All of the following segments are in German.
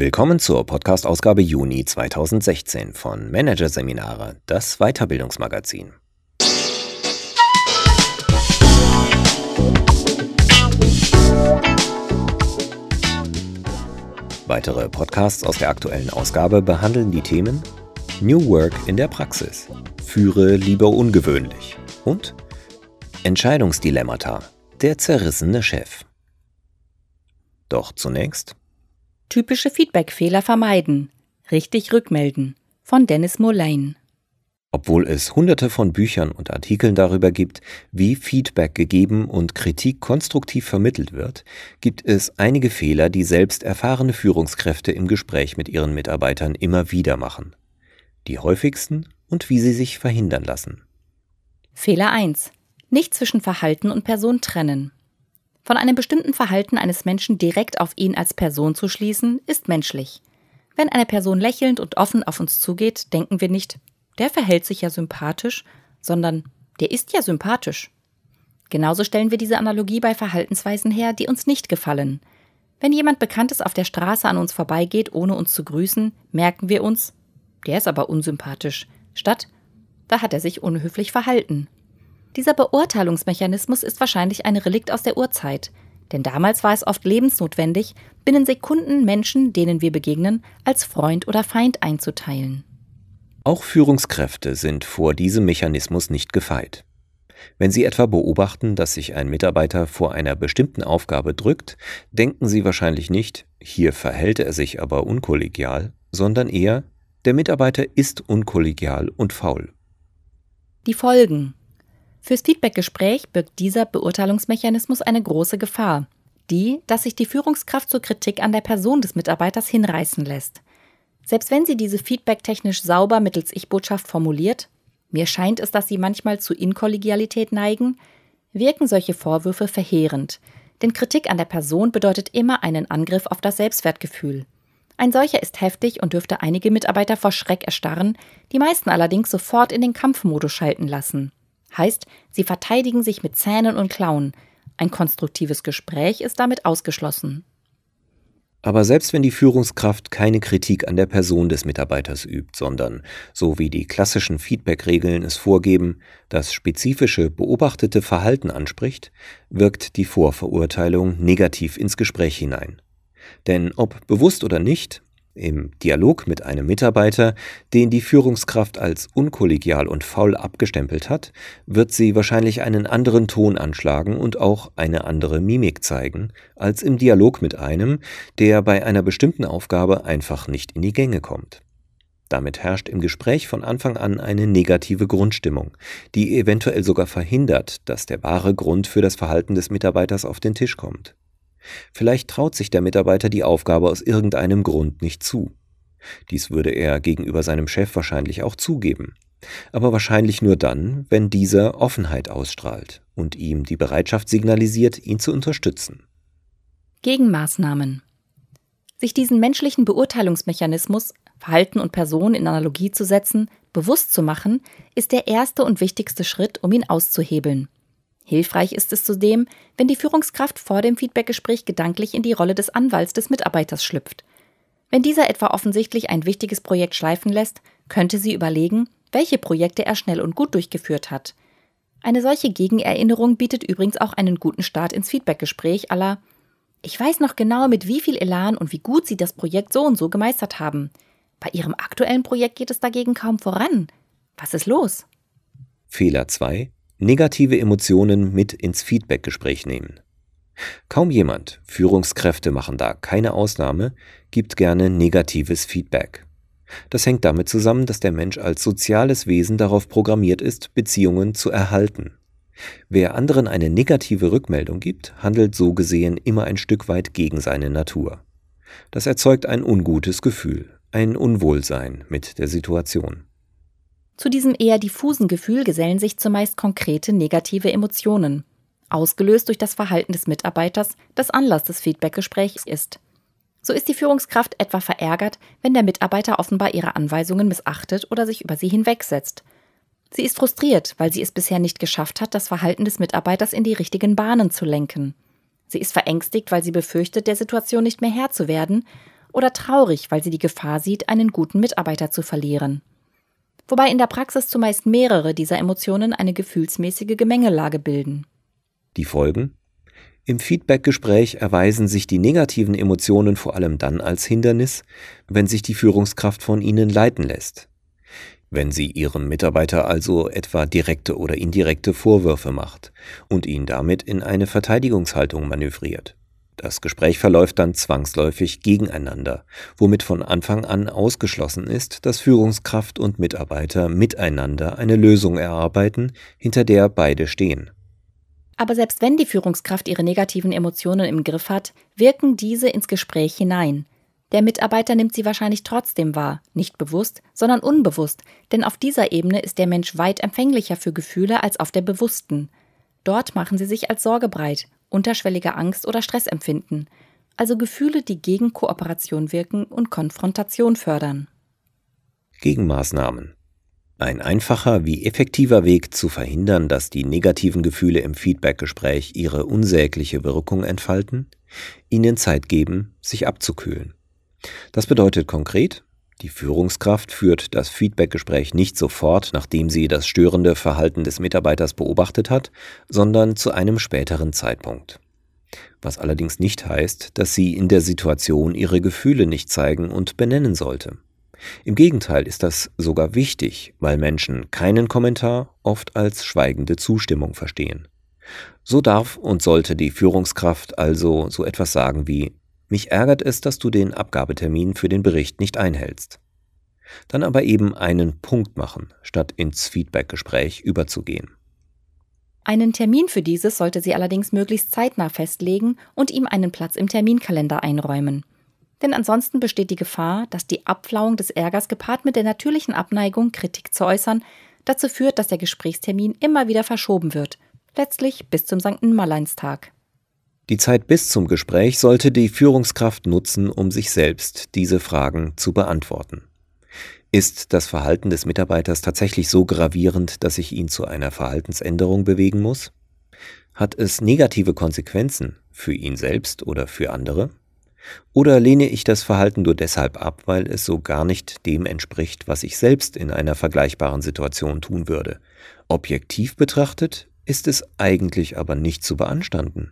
Willkommen zur Podcast-Ausgabe Juni 2016 von Managerseminare, das Weiterbildungsmagazin. Weitere Podcasts aus der aktuellen Ausgabe behandeln die Themen New Work in der Praxis, Führe lieber ungewöhnlich und Entscheidungsdilemmata, der zerrissene Chef. Doch zunächst Typische Feedback-Fehler vermeiden. Richtig rückmelden. Von Dennis Mullane. Obwohl es hunderte von Büchern und Artikeln darüber gibt, wie Feedback gegeben und Kritik konstruktiv vermittelt wird, gibt es einige Fehler, die selbst erfahrene Führungskräfte im Gespräch mit ihren Mitarbeitern immer wieder machen. Die häufigsten und wie sie sich verhindern lassen. Fehler 1. Nicht zwischen Verhalten und Person trennen. Von einem bestimmten Verhalten eines Menschen direkt auf ihn als Person zu schließen, ist menschlich. Wenn eine Person lächelnd und offen auf uns zugeht, denken wir nicht, der verhält sich ja sympathisch, sondern der ist ja sympathisch. Genauso stellen wir diese Analogie bei Verhaltensweisen her, die uns nicht gefallen. Wenn jemand Bekanntes auf der Straße an uns vorbeigeht, ohne uns zu grüßen, merken wir uns, der ist aber unsympathisch, statt, da hat er sich unhöflich verhalten. Dieser Beurteilungsmechanismus ist wahrscheinlich ein Relikt aus der Urzeit, denn damals war es oft lebensnotwendig, binnen Sekunden Menschen, denen wir begegnen, als Freund oder Feind einzuteilen. Auch Führungskräfte sind vor diesem Mechanismus nicht gefeit. Wenn sie etwa beobachten, dass sich ein Mitarbeiter vor einer bestimmten Aufgabe drückt, denken sie wahrscheinlich nicht, hier verhält er sich aber unkollegial, sondern eher, der Mitarbeiter ist unkollegial und faul. Die Folgen. Fürs Feedbackgespräch birgt dieser Beurteilungsmechanismus eine große Gefahr, die, dass sich die Führungskraft zur Kritik an der Person des Mitarbeiters hinreißen lässt. Selbst wenn sie diese feedbacktechnisch sauber mittels Ich-Botschaft formuliert, mir scheint es, dass sie manchmal zu Inkollegialität neigen, wirken solche Vorwürfe verheerend, denn Kritik an der Person bedeutet immer einen Angriff auf das Selbstwertgefühl. Ein solcher ist heftig und dürfte einige Mitarbeiter vor Schreck erstarren, die meisten allerdings sofort in den Kampfmodus schalten lassen. Heißt, sie verteidigen sich mit Zähnen und Klauen. Ein konstruktives Gespräch ist damit ausgeschlossen. Aber selbst wenn die Führungskraft keine Kritik an der Person des Mitarbeiters übt, sondern, so wie die klassischen Feedback-Regeln es vorgeben, das spezifische beobachtete Verhalten anspricht, wirkt die Vorverurteilung negativ ins Gespräch hinein. Denn ob bewusst oder nicht, im Dialog mit einem Mitarbeiter, den die Führungskraft als unkollegial und faul abgestempelt hat, wird sie wahrscheinlich einen anderen Ton anschlagen und auch eine andere Mimik zeigen, als im Dialog mit einem, der bei einer bestimmten Aufgabe einfach nicht in die Gänge kommt. Damit herrscht im Gespräch von Anfang an eine negative Grundstimmung, die eventuell sogar verhindert, dass der wahre Grund für das Verhalten des Mitarbeiters auf den Tisch kommt. Vielleicht traut sich der Mitarbeiter die Aufgabe aus irgendeinem Grund nicht zu. Dies würde er gegenüber seinem Chef wahrscheinlich auch zugeben. Aber wahrscheinlich nur dann, wenn dieser Offenheit ausstrahlt und ihm die Bereitschaft signalisiert, ihn zu unterstützen. Gegenmaßnahmen. Sich diesen menschlichen Beurteilungsmechanismus, Verhalten und Person in Analogie zu setzen, bewusst zu machen, ist der erste und wichtigste Schritt, um ihn auszuhebeln. Hilfreich ist es zudem, wenn die Führungskraft vor dem Feedbackgespräch gedanklich in die Rolle des Anwalts des Mitarbeiters schlüpft. Wenn dieser etwa offensichtlich ein wichtiges Projekt schleifen lässt, könnte sie überlegen, welche Projekte er schnell und gut durchgeführt hat. Eine solche Gegenerinnerung bietet übrigens auch einen guten Start ins Feedbackgespräch à la: Ich weiß noch genau, mit wie viel Elan und wie gut Sie das Projekt so und so gemeistert haben. Bei Ihrem aktuellen Projekt geht es dagegen kaum voran. Was ist los? Fehler 2: Negative Emotionen mit ins Feedbackgespräch nehmen. Kaum jemand, Führungskräfte machen da keine Ausnahme, gibt gerne negatives Feedback. Das hängt damit zusammen, dass der Mensch als soziales Wesen darauf programmiert ist, Beziehungen zu erhalten. Wer anderen eine negative Rückmeldung gibt, handelt so gesehen immer ein Stück weit gegen seine Natur. Das erzeugt ein ungutes Gefühl, ein Unwohlsein mit der Situation. Zu diesem eher diffusen Gefühl gesellen sich zumeist konkrete negative Emotionen, ausgelöst durch das Verhalten des Mitarbeiters, das Anlass des Feedbackgesprächs ist. So ist die Führungskraft etwa verärgert, wenn der Mitarbeiter offenbar ihre Anweisungen missachtet oder sich über sie hinwegsetzt. Sie ist frustriert, weil sie es bisher nicht geschafft hat, das Verhalten des Mitarbeiters in die richtigen Bahnen zu lenken. Sie ist verängstigt, weil sie befürchtet, der Situation nicht mehr Herr zu werden oder traurig, weil sie die Gefahr sieht, einen guten Mitarbeiter zu verlieren. Wobei in der Praxis zumeist mehrere dieser Emotionen eine gefühlsmäßige Gemengelage bilden. Die Folgen? Im Feedbackgespräch erweisen sich die negativen Emotionen vor allem dann als Hindernis, wenn sich die Führungskraft von ihnen leiten lässt. Wenn sie ihrem Mitarbeiter also etwa direkte oder indirekte Vorwürfe macht und ihn damit in eine Verteidigungshaltung manövriert. Das Gespräch verläuft dann zwangsläufig gegeneinander, womit von Anfang an ausgeschlossen ist, dass Führungskraft und Mitarbeiter miteinander eine Lösung erarbeiten, hinter der beide stehen. Aber selbst wenn die Führungskraft ihre negativen Emotionen im Griff hat, wirken diese ins Gespräch hinein. Der Mitarbeiter nimmt sie wahrscheinlich trotzdem wahr, nicht bewusst, sondern unbewusst, denn auf dieser Ebene ist der Mensch weit empfänglicher für Gefühle als auf der bewussten. Dort machen sie sich als Sorge breit, unterschwellige Angst oder Stress empfinden, also Gefühle, die gegen Kooperation wirken und Konfrontation fördern. Gegenmaßnahmen. Ein einfacher wie effektiver Weg zu verhindern, dass die negativen Gefühle im Feedbackgespräch ihre unsägliche Wirkung entfalten, ihnen Zeit geben, sich abzukühlen. Das bedeutet konkret, die Führungskraft führt das Feedbackgespräch nicht sofort, nachdem sie das störende Verhalten des Mitarbeiters beobachtet hat, sondern zu einem späteren Zeitpunkt. Was allerdings nicht heißt, dass sie in der Situation ihre Gefühle nicht zeigen und benennen sollte. Im Gegenteil ist das sogar wichtig, weil Menschen keinen Kommentar oft als schweigende Zustimmung verstehen. So darf und sollte die Führungskraft also so etwas sagen wie: Mich ärgert es, dass du den Abgabetermin für den Bericht nicht einhältst. Dann aber eben einen Punkt machen, statt ins Feedbackgespräch überzugehen. Einen Termin für dieses sollte sie allerdings möglichst zeitnah festlegen und ihm einen Platz im Terminkalender einräumen. Denn ansonsten besteht die Gefahr, dass die Abflauung des Ärgers gepaart mit der natürlichen Abneigung, Kritik zu äußern, dazu führt, dass der Gesprächstermin immer wieder verschoben wird, letztlich bis zum St. Nimmerleinstag. Die Zeit bis zum Gespräch sollte die Führungskraft nutzen, um sich selbst diese Fragen zu beantworten. Ist das Verhalten des Mitarbeiters tatsächlich so gravierend, dass ich ihn zu einer Verhaltensänderung bewegen muss? Hat es negative Konsequenzen für ihn selbst oder für andere? Oder lehne ich das Verhalten nur deshalb ab, weil es so gar nicht dem entspricht, was ich selbst in einer vergleichbaren Situation tun würde? Objektiv betrachtet ist es eigentlich aber nicht zu beanstanden.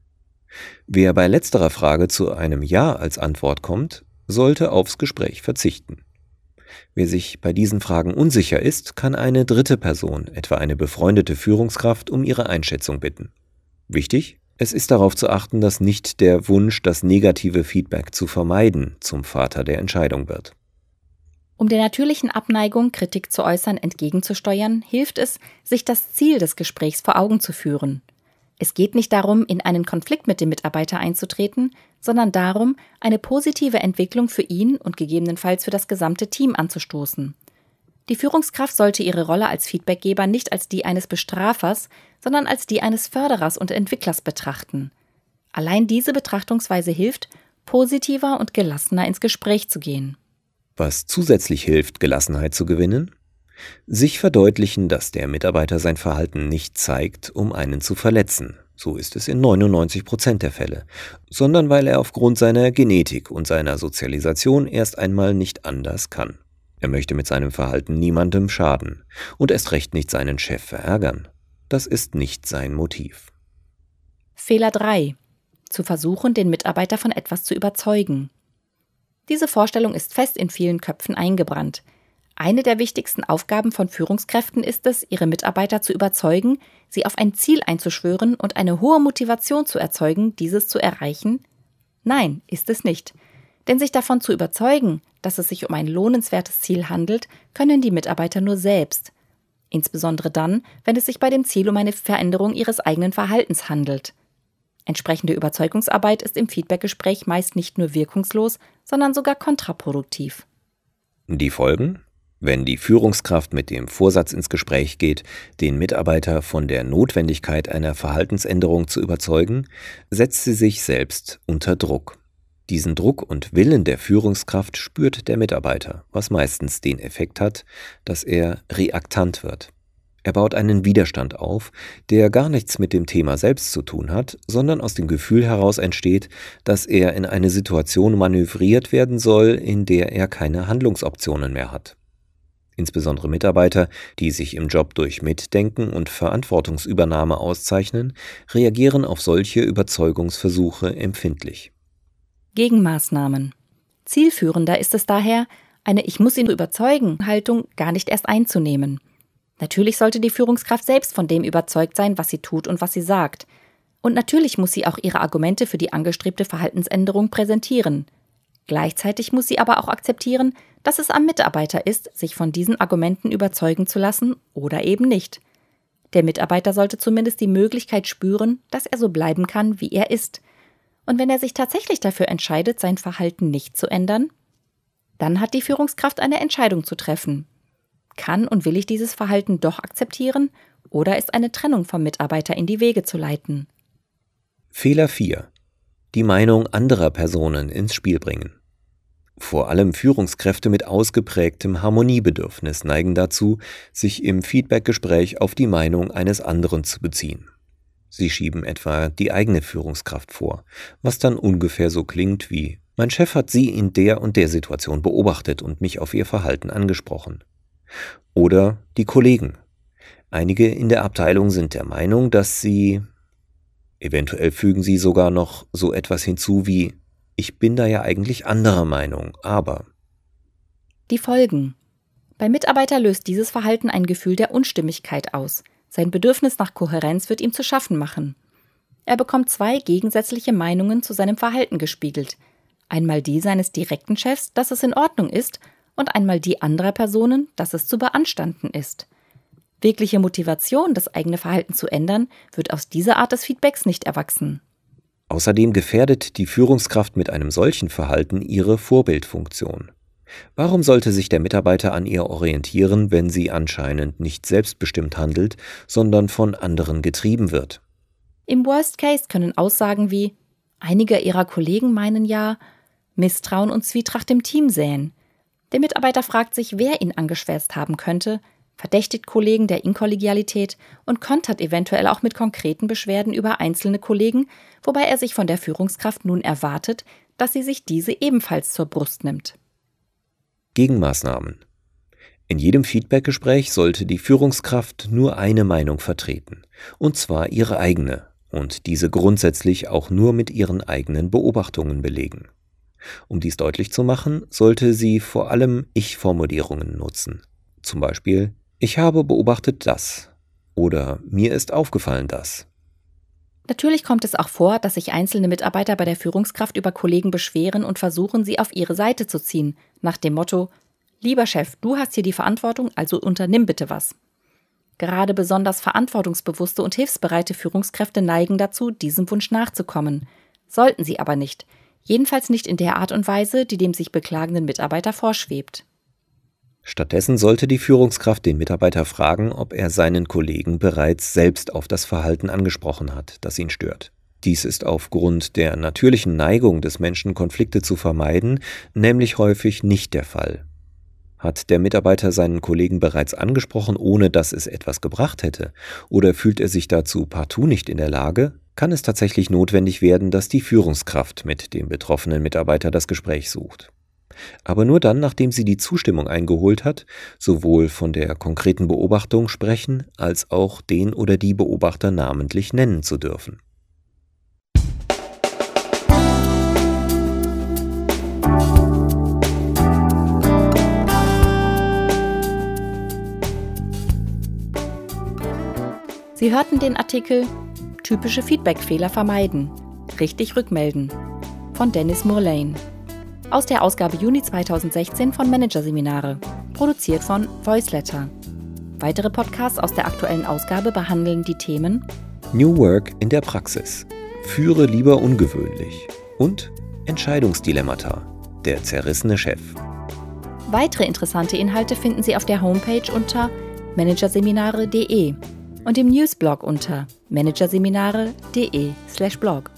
Wer bei letzterer Frage zu einem Ja als Antwort kommt, sollte aufs Gespräch verzichten. Wer sich bei diesen Fragen unsicher ist, kann eine dritte Person, etwa eine befreundete Führungskraft, um ihre Einschätzung bitten. Wichtig: Es ist darauf zu achten, dass nicht der Wunsch, das negative Feedback zu vermeiden, zum Vater der Entscheidung wird. Um der natürlichen Abneigung, Kritik zu äußern, entgegenzusteuern, hilft es, sich das Ziel des Gesprächs vor Augen zu führen. Es geht nicht darum, in einen Konflikt mit dem Mitarbeiter einzutreten, sondern darum, eine positive Entwicklung für ihn und gegebenenfalls für das gesamte Team anzustoßen. Die Führungskraft sollte ihre Rolle als Feedbackgeber nicht als die eines Bestrafers, sondern als die eines Förderers und Entwicklers betrachten. Allein diese Betrachtungsweise hilft, positiver und gelassener ins Gespräch zu gehen. Was zusätzlich hilft, Gelassenheit zu gewinnen? Sich verdeutlichen, dass der Mitarbeiter sein Verhalten nicht zeigt, um einen zu verletzen. So ist es in 99% der Fälle, sondern weil er aufgrund seiner Genetik und seiner Sozialisation erst einmal nicht anders kann. Er möchte mit seinem Verhalten niemandem schaden und erst recht nicht seinen Chef verärgern. Das ist nicht sein Motiv. Fehler 3. Zu versuchen, den Mitarbeiter von etwas zu überzeugen. Diese Vorstellung ist fest in vielen Köpfen eingebrannt. Eine der wichtigsten Aufgaben von Führungskräften ist es, ihre Mitarbeiter zu überzeugen, sie auf ein Ziel einzuschwören und eine hohe Motivation zu erzeugen, dieses zu erreichen? Nein, ist es nicht. Denn sich davon zu überzeugen, dass es sich um ein lohnenswertes Ziel handelt, können die Mitarbeiter nur selbst. Insbesondere dann, wenn es sich bei dem Ziel um eine Veränderung ihres eigenen Verhaltens handelt. Entsprechende Überzeugungsarbeit ist im Feedbackgespräch meist nicht nur wirkungslos, sondern sogar kontraproduktiv. Die Folgen? Wenn die Führungskraft mit dem Vorsatz ins Gespräch geht, den Mitarbeiter von der Notwendigkeit einer Verhaltensänderung zu überzeugen, setzt sie sich selbst unter Druck. Diesen Druck und Willen der Führungskraft spürt der Mitarbeiter, was meistens den Effekt hat, dass er reaktant wird. Er baut einen Widerstand auf, der gar nichts mit dem Thema selbst zu tun hat, sondern aus dem Gefühl heraus entsteht, dass er in eine Situation manövriert werden soll, in der er keine Handlungsoptionen mehr hat. Insbesondere Mitarbeiter, die sich im Job durch Mitdenken und Verantwortungsübernahme auszeichnen, reagieren auf solche Überzeugungsversuche empfindlich. Gegenmaßnahmen. Zielführender ist es daher, eine Ich muss ihn überzeugen Haltung gar nicht erst einzunehmen. Natürlich sollte die Führungskraft selbst von dem überzeugt sein, was sie tut und was sie sagt. Und natürlich muss sie auch ihre Argumente für die angestrebte Verhaltensänderung präsentieren. Gleichzeitig muss sie aber auch akzeptieren, dass es am Mitarbeiter ist, sich von diesen Argumenten überzeugen zu lassen oder eben nicht. Der Mitarbeiter sollte zumindest die Möglichkeit spüren, dass er so bleiben kann, wie er ist. Und wenn er sich tatsächlich dafür entscheidet, sein Verhalten nicht zu ändern, dann hat die Führungskraft eine Entscheidung zu treffen. Kann und will ich dieses Verhalten doch akzeptieren oder ist eine Trennung vom Mitarbeiter in die Wege zu leiten? Fehler 4. Die Meinung anderer Personen ins Spiel bringen. Vor allem Führungskräfte mit ausgeprägtem Harmoniebedürfnis neigen dazu, sich im Feedbackgespräch auf die Meinung eines anderen zu beziehen. Sie schieben etwa die eigene Führungskraft vor, was dann ungefähr so klingt wie: Mein Chef hat Sie in der und der Situation beobachtet und mich auf Ihr Verhalten angesprochen. Oder die Kollegen. Einige in der Abteilung sind der Meinung, dass Sie... Eventuell fügen Sie sogar noch so etwas hinzu wie: Ich bin da ja eigentlich anderer Meinung, aber... Die Folgen. Beim Mitarbeiter löst dieses Verhalten ein Gefühl der Unstimmigkeit aus. Sein Bedürfnis nach Kohärenz wird ihm zu schaffen machen. Er bekommt 2 gegensätzliche Meinungen zu seinem Verhalten gespiegelt. Einmal die seines direkten Chefs, dass es in Ordnung ist, und einmal die anderer Personen, dass es zu beanstanden ist. Wirkliche Motivation, das eigene Verhalten zu ändern, wird aus dieser Art des Feedbacks nicht erwachsen. Außerdem gefährdet die Führungskraft mit einem solchen Verhalten ihre Vorbildfunktion. Warum sollte sich der Mitarbeiter an ihr orientieren, wenn sie anscheinend nicht selbstbestimmt handelt, sondern von anderen getrieben wird? Im Worst Case können Aussagen wie: Einige ihrer Kollegen meinen ja, Misstrauen und Zwietracht im Team säen. Der Mitarbeiter fragt sich, wer ihn angeschwärzt haben könnte, verdächtigt Kollegen der Inkollegialität und kontert eventuell auch mit konkreten Beschwerden über einzelne Kollegen, wobei er sich von der Führungskraft nun erwartet, dass sie sich diese ebenfalls zur Brust nimmt. Gegenmaßnahmen. In jedem Feedbackgespräch sollte die Führungskraft nur eine Meinung vertreten, und zwar ihre eigene, und diese grundsätzlich auch nur mit ihren eigenen Beobachtungen belegen. Um dies deutlich zu machen, sollte sie vor allem Ich-Formulierungen nutzen. Zum Beispiel: Ich habe beobachtet das oder mir ist aufgefallen das. Natürlich kommt es auch vor, dass sich einzelne Mitarbeiter bei der Führungskraft über Kollegen beschweren und versuchen, sie auf ihre Seite zu ziehen, nach dem Motto: Lieber Chef, du hast hier die Verantwortung, also unternimm bitte was. Gerade besonders verantwortungsbewusste und hilfsbereite Führungskräfte neigen dazu, diesem Wunsch nachzukommen. Sollten sie aber nicht. Jedenfalls nicht in der Art und Weise, die dem sich beklagenden Mitarbeiter vorschwebt. Stattdessen sollte die Führungskraft den Mitarbeiter fragen, ob er seinen Kollegen bereits selbst auf das Verhalten angesprochen hat, das ihn stört. Dies ist aufgrund der natürlichen Neigung des Menschen, Konflikte zu vermeiden, nämlich häufig nicht der Fall. Hat der Mitarbeiter seinen Kollegen bereits angesprochen, ohne dass es etwas gebracht hätte, oder fühlt er sich dazu partout nicht in der Lage, kann es tatsächlich notwendig werden, dass die Führungskraft mit dem betroffenen Mitarbeiter das Gespräch sucht. Aber nur dann, nachdem sie die Zustimmung eingeholt hat, sowohl von der konkreten Beobachtung sprechen, als auch den oder die Beobachter namentlich nennen zu dürfen. Sie hörten den Artikel Typische Feedback-Fehler vermeiden. Richtig rückmelden von Dennis Murlane. Aus der Ausgabe Juni 2016 von Managerseminare. Produziert von Voiceletter. Weitere Podcasts aus der aktuellen Ausgabe behandeln die Themen New Work in der Praxis. Führe lieber ungewöhnlich. Und Entscheidungsdilemmata. Der zerrissene Chef. Weitere interessante Inhalte finden Sie auf der Homepage unter managerseminare.de und im Newsblog unter managerseminare.de/blog.